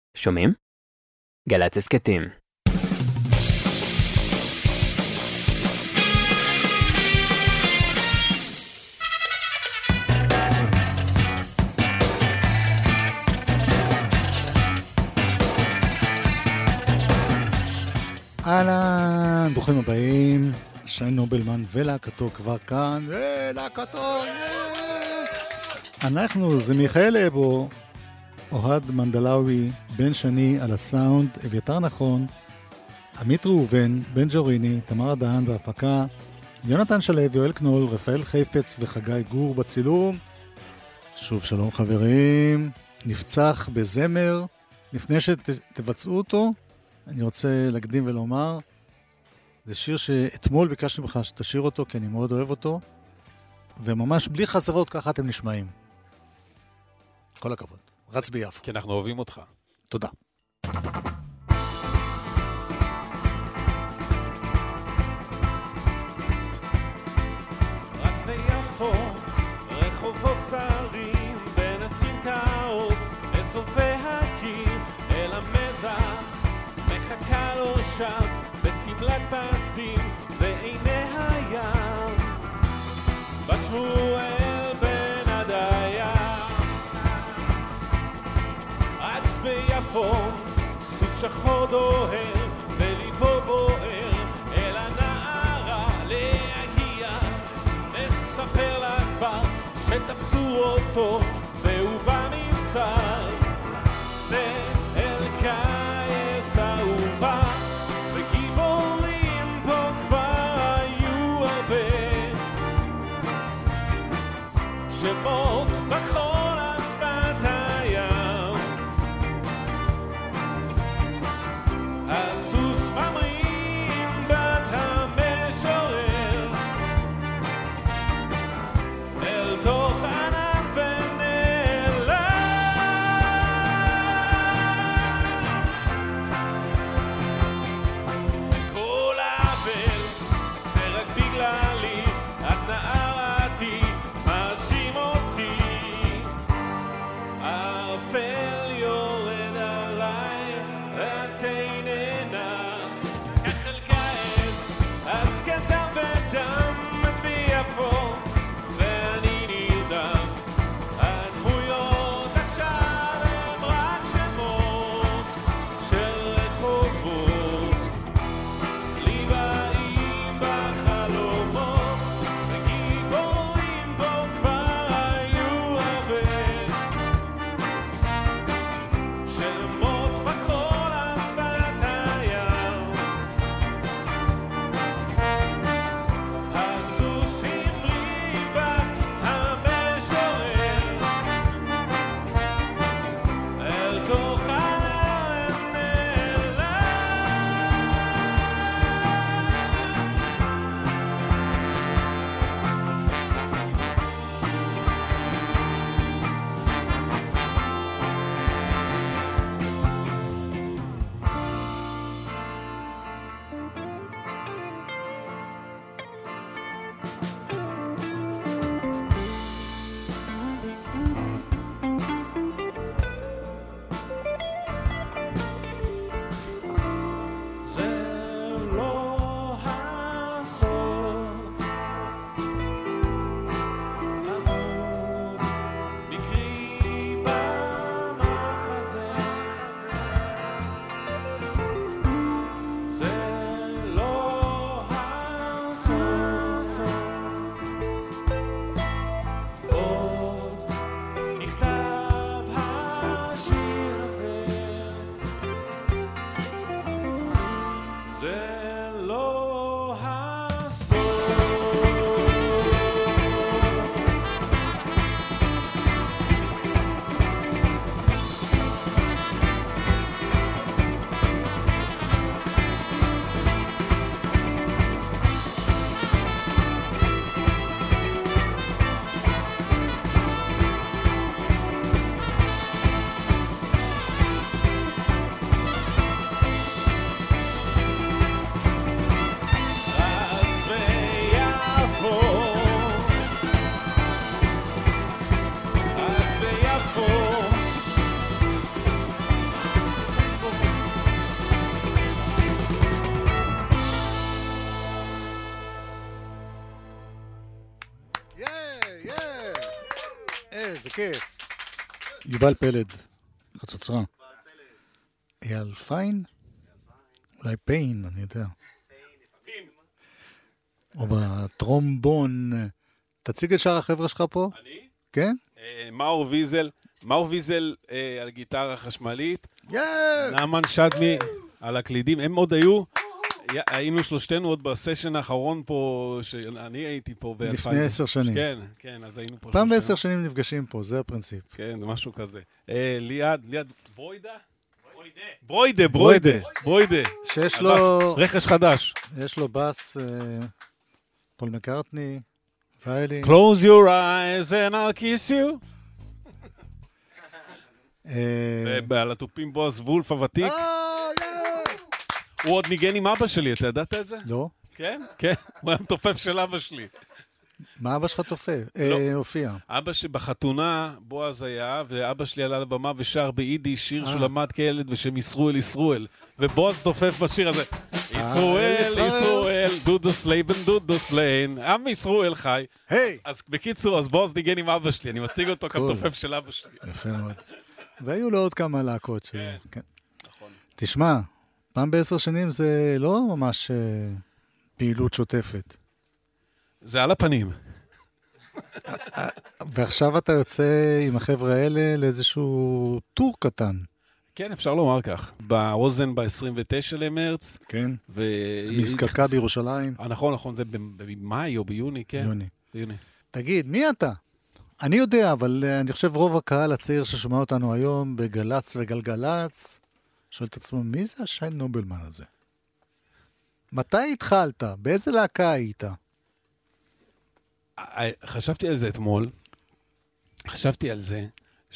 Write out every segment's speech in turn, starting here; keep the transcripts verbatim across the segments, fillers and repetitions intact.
שומעים? גל"צ הסכתים. אהלן, ברוכים הבאים. שי נובלמן ולהקתו כבר כאן. אה, להקתו, אה. אנחנו, זה מיכאל אבו, אוהד מנדלאוי, בן שני על הסאונד, אביתר נכון, עמית ראובן, בן ג'וריני, תמר דהן בהפקה, יונתן שלו, יואל קנול, רפאל חפץ וחגי גור בצילום. שוב שלום חברים, נפצח בזמר. לפני שתבצעו אותו, אני רוצה להקדים ולומר, זה שיר שאתמול ביקשתי ממך שתשאיר אותו, כי אני מאוד אוהב אותו, וממש בלי חזרות ככה אתם נשמעים. כל הכבוד. רץ ביפו. כי אנחנו אוהבים אותך. תודה. רץ ביפו, רחובות צרים, בין הסמטאות, לסופי הקיר, אל המזח, מחכה לו שם, בסמלת פסים, ועיני הים, בשמואל בן הדייר. רץ ביפו, סוס שחור דוהר, וליבו בוער, אל הנערה להגיע, מספר לה כבר שתפסו אותו, והוא במבצר. זה אלקייס אהובה, וגיבורים פה כבר היו הרבה, שמות בכל השפת הים. הסוס ממרים בת המשורר, אל תוך ענן ונעלם. כיף. יובל פלד, חצוצרה. אייל פיין? אולי פיין, אני יודע. או בטרומבון. תציג את שאר החבר'ה שלך פה. אני? כן? אה, מאור ויזל, מאור ויזל אה, על גיטרה חשמלית, יאו! נאמן שדמי על הקלידים, הם עוד היו, י- היינו שלושתנו עוד בסשן האחרון פה, שאני הייתי פה. לפני ב- עשר שנים. כן, כן, אז היינו פה. פעם שלושתנו. בעשר שנים נפגשים פה, זה הפרינציפ. כן, זה משהו כזה. אה, ליד, ליד, ברוידה? ברוידה, ברוידה, ברוידה. שיש לו, רכש חדש. יש לו בס, אה, פול מקארטני, ויילי. Close your eyes and I'll kiss you. אה, ועל התופים בועז וולף הוותיק. אה, יאו! הוא עוד ניגן עם אבא שלי, אתה ידעת את זה? לא? כן, כן, הוא היה מתופף של אבא שלי. מה אבא שלך תופף? לא. אה, הופיע. אבא שבחתונה, בועז היה, ואבא שלי עלה לבמה ושר ביידיש שיר אה. שהוא למד כילד בשם ישרואל ישרואל. ובועז תופף בשיר הזה. ישרואל, ישראל. ישרואל, דודו סלייבן, דודו סליין, עם ישרואל חי. היי! אז בקיצור, אז בועז ניגן עם אבא שלי, אני מציג אותו Cool. כמתופף של אבא שלי. יפה מאוד. והיו לו עוד כמה להקות. ש- כן. כן. נכון. תשמע, פעם בעשר שנים זה לא ממש אה, פעילות שוטפת. זה על הפנים. ועכשיו אתה יוצא עם החבר'ה האלה לאיזשהו טור קטן. כן, אפשר לומר כך. באוזן ב-עשרים ותשעה למרץ, כן? ו... מזקקה בירושלים. אה, נכון, נכון, זה במאי או ביוני, כן. יוני. ביוני. תגיד, מי אתה? אני יודע, אבל אה, אני חושב רוב הקהל הצעיר ששומע אותנו היום בגלץ וגלגלץ, שואל את עצמו, מי זה השי נובלמן הזה? מתי התחלת? באיזה להקה היית? אה, חשבתי על זה אתמול, חשבתי על זה,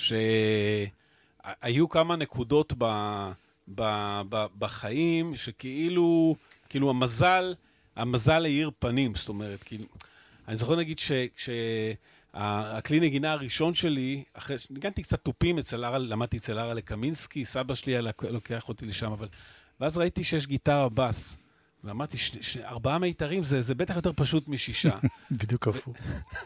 שהיו כמה נקודות ב... ב... ב... בחיים, שכאילו, כאילו המזל, המזל האיר פנים, זאת אומרת, כאילו, אני זוכר נגיד ש... כש... הכלי נגינה הראשון שלי, אחרי שניגנתי קצת טופים אצל ארה, למדתי אצל ארה לקמינסקי, סבא שלי היה לוקח אותי לשם, אבל... ואז ראיתי שיש גיטרה בס, ואמרתי, ש... ש... ארבעה מיתרים זה, זה בטח יותר פשוט משישה. בדיוק הפוך.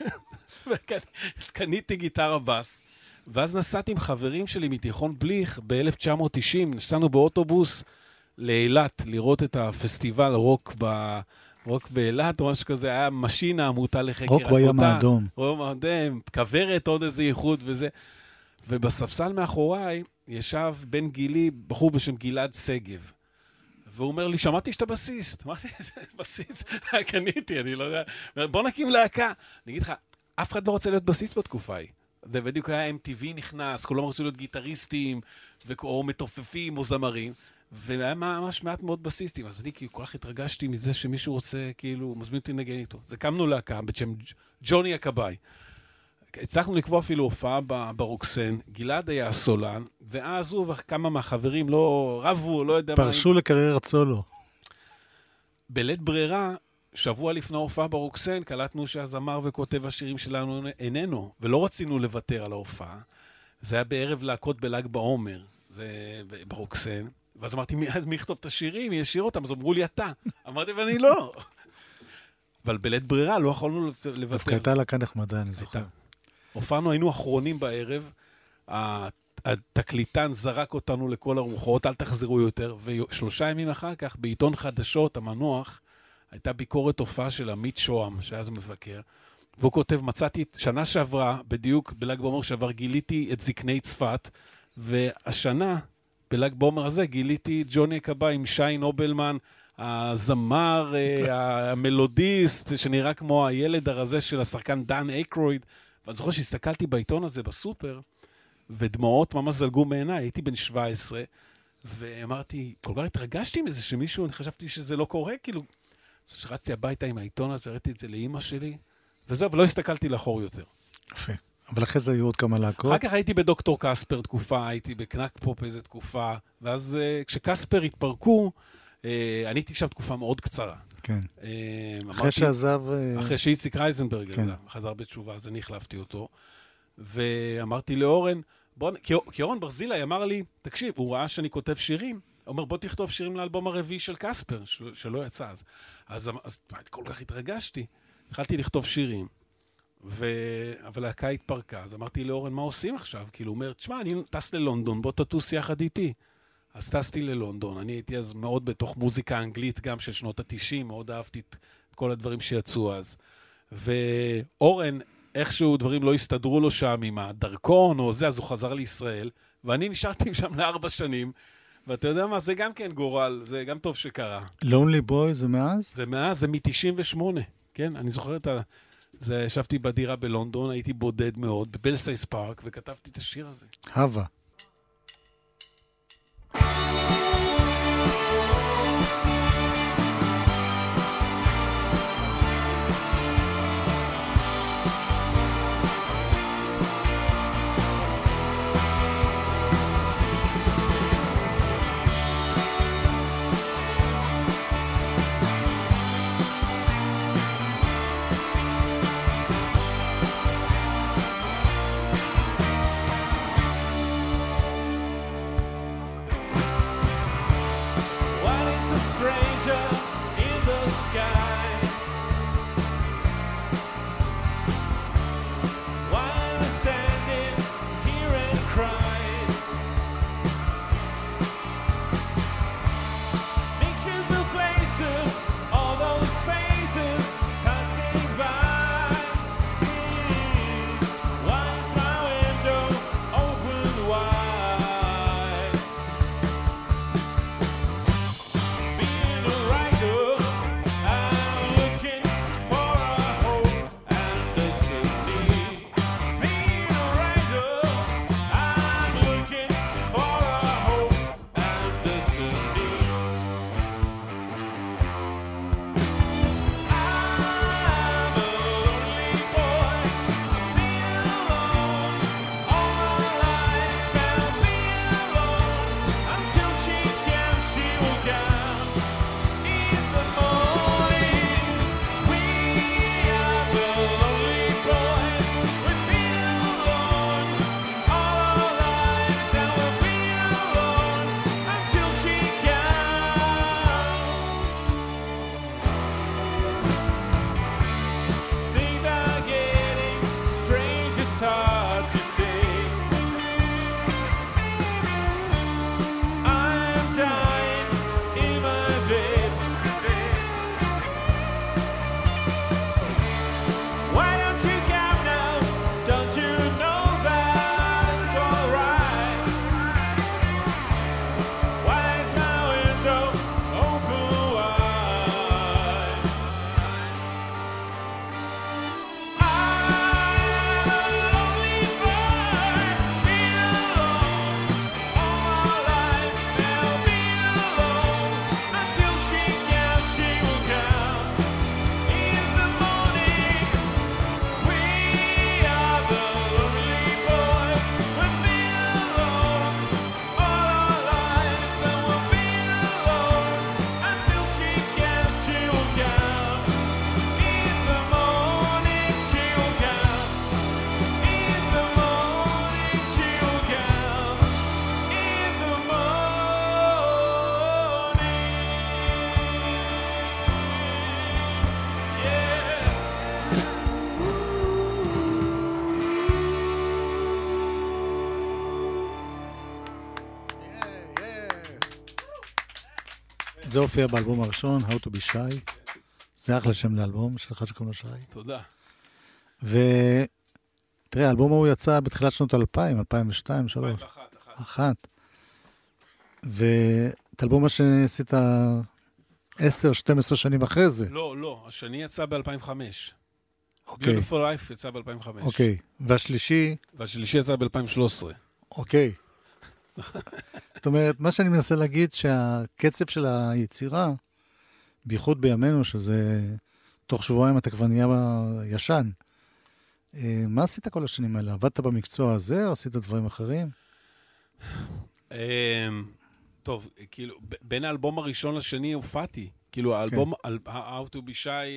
אז קניתי גיטרה בס, ואז נסעתי עם חברים שלי מתיכון בליך ב-אלף תשע מאות תשעים, נסענו באוטובוס לאילת, לראות את הפסטיבל רוק ב... רוק באילת, או משהו כזה, היה משינה, עמותה לחקר רוק בים האדום. רוק האדום, כברת, עוד איזה ייחוד וזה. ובספסל מאחוריי ישב בן גילי, בחור בשם גלעד סגב. והוא אומר לי, שמעתי שאתה בסיסט. אמרתי, זה בסיסט? קניתי, אני לא יודע. בוא נקים להקה. אני אגיד לך, אף אחד לא רוצה להיות בסיסט בתקופה ההיא. זה בדיוק היה אם טי וי נכנס, כולם רצו להיות גיטריסטים, או מתופפים, או זמרים. והיה ממש מעט מאוד בסיסטים, אז אני כאילו כל כך התרגשתי מזה שמישהו רוצה, כאילו, מזמין אותי לנגן איתו. זה קמנו להקה בשם ג'וני הכבאי. הצלחנו לקבוע אפילו הופעה ברוקסן, גלעד היה הסולן, ואז הוא וכמה מהחברים לא רבו, לא יודע מה. פרשו לקריירת סולו. בלית ברירה, שבוע לפני ההופעה ברוקסן, קלטנו שהזמר וכותב השירים שלנו איננו, ולא רצינו לוותר על ההופעה. זה היה בערב להקות בל"ג בעומר, זה ברוקסן. ואז אמרתי, מי, מי יכתוב את השירים? מי ישיר אותם? אז אמרו לי, אתה. אמרתי, ואני לא. אבל בלית ברירה, לא יכולנו לוותר. דווקא הייתה להקה נחמדה, אני זוכר. הופענו, היינו אחרונים בערב, התקליטן זרק אותנו לכל הרוחות, אל תחזרו יותר, ושלושה ימים אחר כך, בעיתון חדשות, המנוח, הייתה ביקורת הופעה של עמית שוהם, שהיה אז מבקר, והוא כותב, מצאתי, שנה שעברה, בדיוק בל"ג בעומר שעבר, גיליתי את זקני צפת, והשנה, בל"ג בעומר הזה, גיליתי את ג'וני הכבאי עם שי נובלמן, הזמר, המלודיסט, שנראה כמו הילד הרזה של השחקן דן איקרויד. ואני זוכר שהסתכלתי בעיתון הזה בסופר, ודמעות ממש זלגו מעיניי, הייתי בן שבע עשרה, ואמרתי, כל כך התרגשתי מזה שמישהו, אני חשבתי שזה לא קורה, כאילו, שרצתי הביתה עם העיתון הזה, וראיתי את זה לאמא שלי, וזהו, ולא הסתכלתי לאחור יותר. יפה. אבל אחרי זה היו עוד כמה להקות. אחר כך הייתי בדוקטור קספר תקופה, הייתי בקנק פופ איזה תקופה, ואז כשקספר התפרקו, אני הייתי שם תקופה מאוד קצרה. כן. אחרי שעזב... אחרי שאיציק רייזנברג חזר בתשובה, אז אני החלפתי אותו. ואמרתי לאורן, כי אורן ברזילי אמר לי, תקשיב, הוא ראה שאני כותב שירים, הוא אומר, בוא תכתוב שירים לאלבום הרביעי של קספר, שלא יצא אז. אז כל כך התרגשתי, התחלתי לכתוב שירים. ו... אבל הלהקה התפרקה, אז אמרתי לאורן, מה עושים עכשיו? כאילו, הוא אומר, תשמע, אני טס ללונדון, בוא תטוס יחד איתי. אז טסתי ללונדון, אני הייתי אז מאוד בתוך מוזיקה אנגלית, גם של שנות ה-תשעים, מאוד אהבתי את כל הדברים שיצאו אז. ואורן, איכשהו דברים לא הסתדרו לו שם עם הדרכון או זה, אז הוא חזר לישראל, ואני נשארתי שם לארבע שנים, ואתה יודע מה, זה גם כן גורל, זה גם טוב שקרה. Lonely Boy זה מאז? זה מאז, זה מ-תשעים ושמונה, כן? אני זוכר את ה... זה, ישבתי בדירה בלונדון, הייתי בודד מאוד, בבלסייס פארק, וכתבתי את השיר הזה. הווה. זה הופיע באלבום הראשון, How to be Shy. זה אחלה שם לאלבום של אחד שקוראים לו שי. תודה. ותראה, האלבום הוא יצא בתחילת שנות אלפיים, אלפיים ושתיים, אלפיים ושלוש. אלפיים ואחת. אחת. ואת האלבום השני עשית עשר שתים עשרה שנים אחרי זה. לא, לא, השני יצא ב-אלפיים וחמש. אוקיי. Beautiful Life יצא ב-אלפיים וחמש. אוקיי. והשלישי? והשלישי יצא ב-אלפיים ושלוש עשרה. אוקיי. זאת אומרת, מה שאני מנסה להגיד, שהקצב של היצירה, בייחוד בימינו, שזה תוך שבועיים אתה כבר נהיה ישן. מה עשית כל השנים האלה? עבדת במקצוע הזה או עשית דברים אחרים? טוב, כאילו, בין האלבום הראשון לשני הופעתי. כאילו, האלבום, How to be Shy,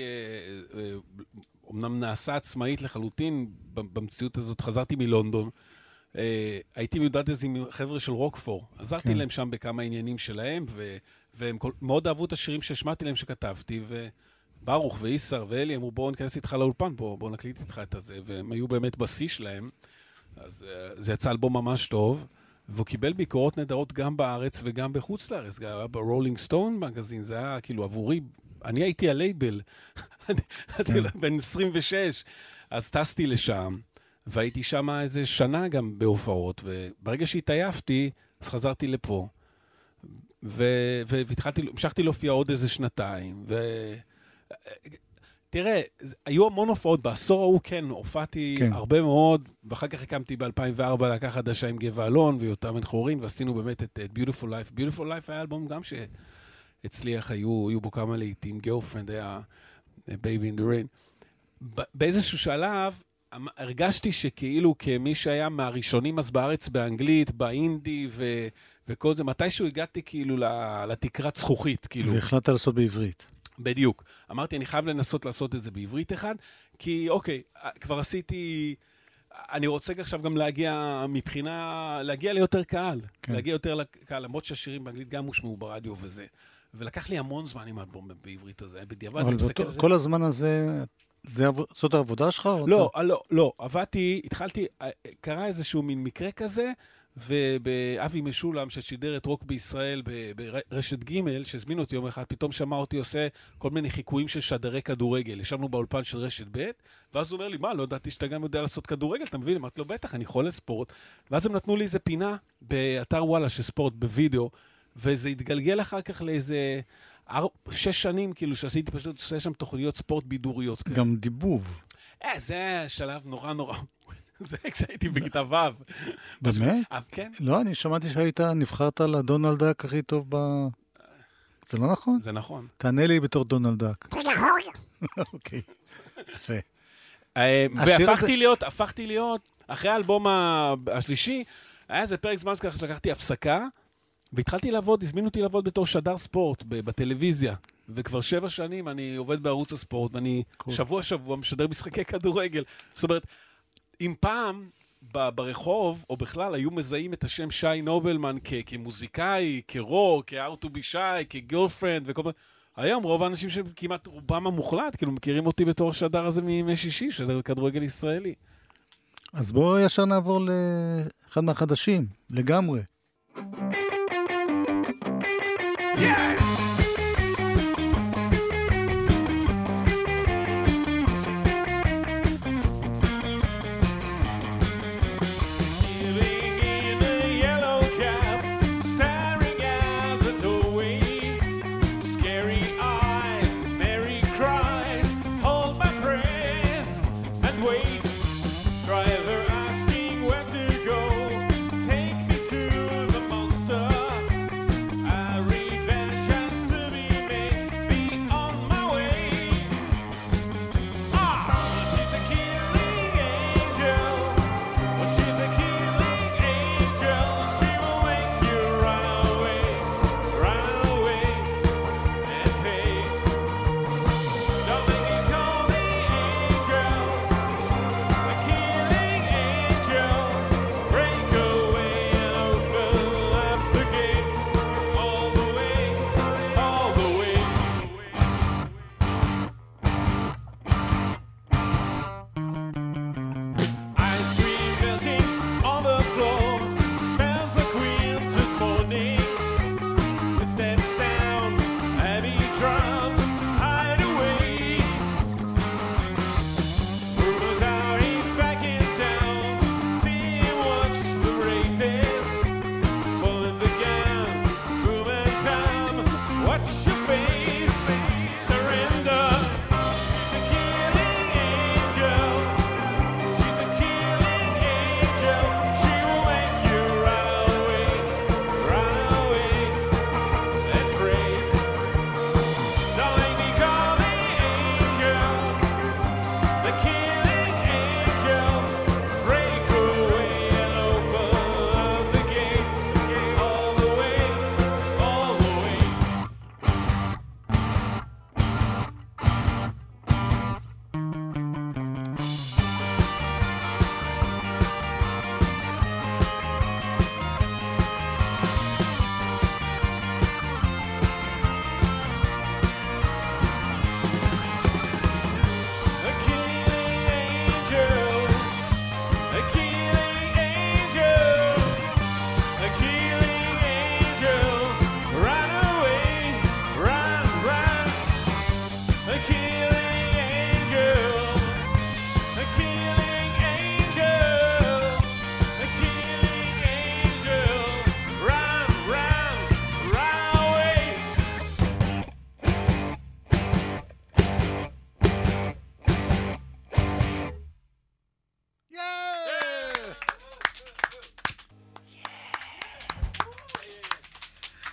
אמנם נעשה עצמאית לחלוטין במציאות הזאת. חזרתי מלונדון. הייתי מיודד אז עם חבר'ה של רוקפור. עזרתי להם שם בכמה עניינים שלהם, והם מאוד אהבו את השירים שהשמעתי להם שכתבתי, ברוך ואיסר ואלי אמרו, בואו נכנס איתך לאולפן, בואו בוא נקליט איתך את הזה, והם היו באמת בשיא שלהם, אז uh, זה יצא אלבום ממש טוב, והוא קיבל ביקורות נהדרות גם בארץ וגם בחוץ לארץ, גם היה ברולינג סטון מגזין, זה היה כאילו עבורי, אני הייתי הלייבל, אני בן עשרים ושש, אז טסתי לשם, והייתי שם איזה שנה גם בהופעות, וברגע שהתעייפתי, אז חזרתי לפה, והתחלתי, המשכתי להופיע עוד איזה שנתיים, ו... תראה, היו המון הופעות, בעשור ההוא כן, הופעתי כן. הרבה מאוד, ואחר כך הקמתי ב-אלפיים וארבע להקה חדשה עם גבע אלון ויותם בן חורין, ועשינו באמת את, את Beautiful Life. Beautiful Life היה אלבום גם שהצליח, היו, היו בו כמה לעיתים, Girlfriend היה Baby in the Rain. באיזשהו שלב, הרגשתי שכאילו כמי שהיה מהראשונים אז בארץ באנגלית, באינדי ו, וכל זה, מתישהו הגעתי כאילו לתקרת זכוכית. כאילו. והחלטת לעשות בעברית. בדיוק. אמרתי, אני חייב לנסות לעשות את זה בעברית אחד, כי אוקיי, כבר עשיתי, אני רוצה עכשיו גם להגיע מבחינה, להגיע ליותר קהל, כן. להגיע יותר לקהל, למרות שהשירים באנגלית גם הושמעו ברדיו וזה. ולקח לי המון זמן עם האלבום בעברית הזה, בדיעבד. אבל באותו, כל הזמן הזה, זה, זאת העבודה שלך? לא, אתה... לא, לא. עבדתי, התחלתי, קרה איזשהו מין מקרה כזה, ובאבי משולם ששידר את רוק בישראל ברשת ג' שהזמין אותי יום אחד, פתאום שמע אותי עושה כל מיני חיקויים של שדרי כדורגל. ישבנו באולפן של רשת ב', ואז הוא אומר לי, מה, לא ידעתי שאתה גם יודע לעשות כדורגל, אתה מבין? אמרתי לו, בטח, אני חולה ספורט. ואז הם נתנו לי איזה פינה באתר וואלה של ספורט בווידאו, וזה התגלגל אחר כך לאיזה שש שנים, כאילו שעשיתי פשוט, עושה שם תוכניות ספורט בידוריות. גם דיבוב. אה, זה שלב נורא נורא. זה כשהייתי בכיתה ו'. באמת? כן. לא, אני שמעתי שהיית, נבחרת לדונלד דאק הכי טוב ב... זה לא נכון? זה נכון. תענה לי בתור דונלד דאק. אוקיי, יפה. והפכתי להיות, הפכתי להיות, אחרי האלבום השלישי, היה איזה פרק זמן ככה שלקחתי הפסקה, והתחלתי לעבוד, הזמינו אותי לעבוד בתור שדר ספורט בטלוויזיה, וכבר שבע שנים אני עובד בערוץ הספורט, ואני שבוע שבוע משדר משחקי כדורגל. זאת אומרת, אם פעם ברחוב, או בכלל, היו מזהים את השם שי נובלמן כמוזיקאי, כרוק, כ-How to be shy, כ-girlfriend וכל מיני, היום רוב האנשים שכמעט רובם המוחלט, כאילו מכירים אותי בתור השדר הזה מימי שישי, שדר כדורגל ישראלי. אז בואו ישר נעבור לאחד מהחדשים, לגמרי. Yeah! Adventure.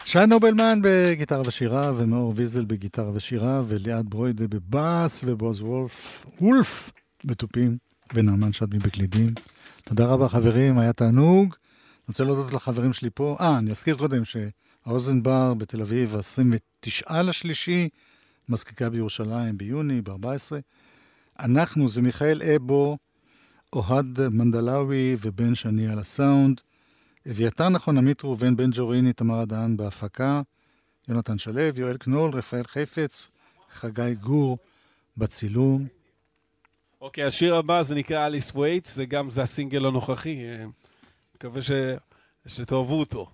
שי נובלמן בגיטרה ושירה, ומאור ויזל בגיטרה ושירה, וליעד ברוידה בבאס, ובוז וולף, וולף בתופים, ונעמן שדמי בקלידים. תודה רבה חברים, היה תענוג. אני רוצה להודות לחברים שלי פה. אה, אני אזכיר קודם שהאוזן בר בתל אביב, ה-עשרים ותשעה לשלישי, מזקיקה בירושלים ביוני, ב-ארבע עשרה. אנחנו, זה מיכאל אבו, אוהד מנדלאוי ובן שני על הסאונד. אביתר נכון, עמית ראובן, בן ג'וריני, תמר עדן בהפקה, יונתן שלו, יואל קנול, רפאל חפץ, חגי גור בצילום. אוקיי, השיר הבא זה נקרא אליס וייטס, זה גם, זה הסינגל הנוכחי. מקווה ש... שתאהבו אותו.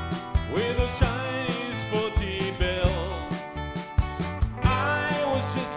With a shiny sporty bill, I was just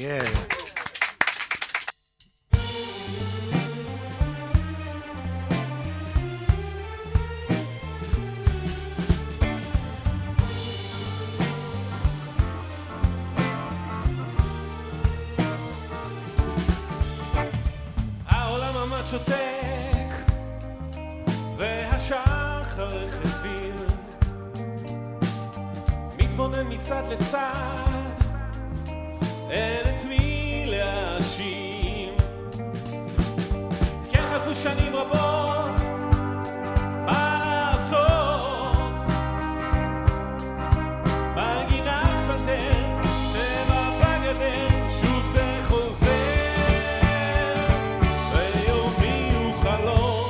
Yeah. העולם ממש שותק והשחר חביר מתבונן מצד לצד, אין את מי להאשים. כן חלפו שנים רבות, מה לעשות? מגינה פסנתר, צבע בגדר, שוב זה חוזר. ויומי הוא חלום,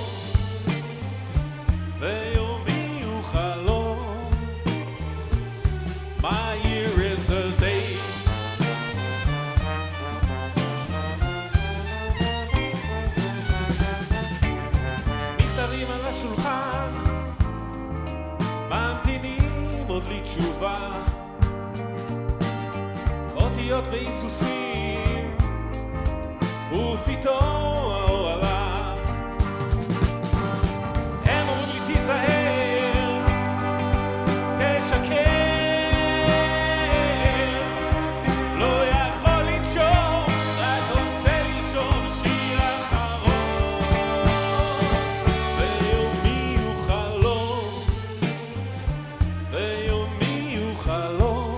ויומי הוא חלום. My year is a day. מכתבים על השולחן, ממתינים עוד לתשובה, אותיות והיסוסים, ופתאום האור עלה. הם אומרים לי תיזהר, תשקר, לא יכול לנשום, רק רוצה לישון שיר אחרון. ויומי הוא חלום, ויומי הוא חלום.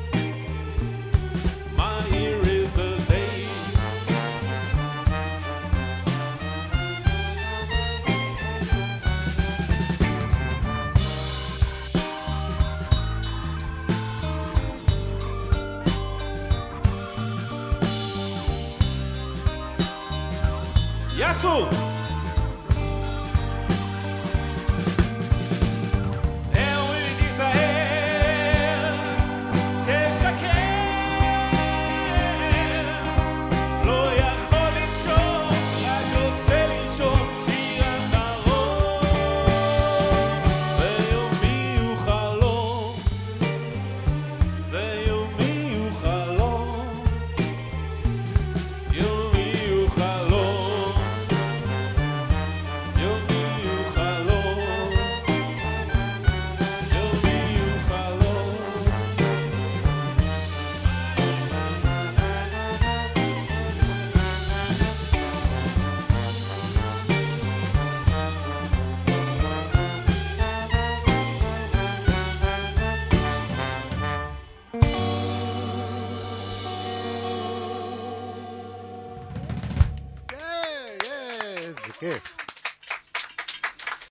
My year is a day. יאסו! אהורי תיזהר, תשקר, לא יכול לנשום, רק רוצה לנשום שיר אחרון. ויומי הוא חלום, ויומי הוא חלום. יומי הוא חלום, יומי הוא חלום, יומי הוא חלום. איזה כיף.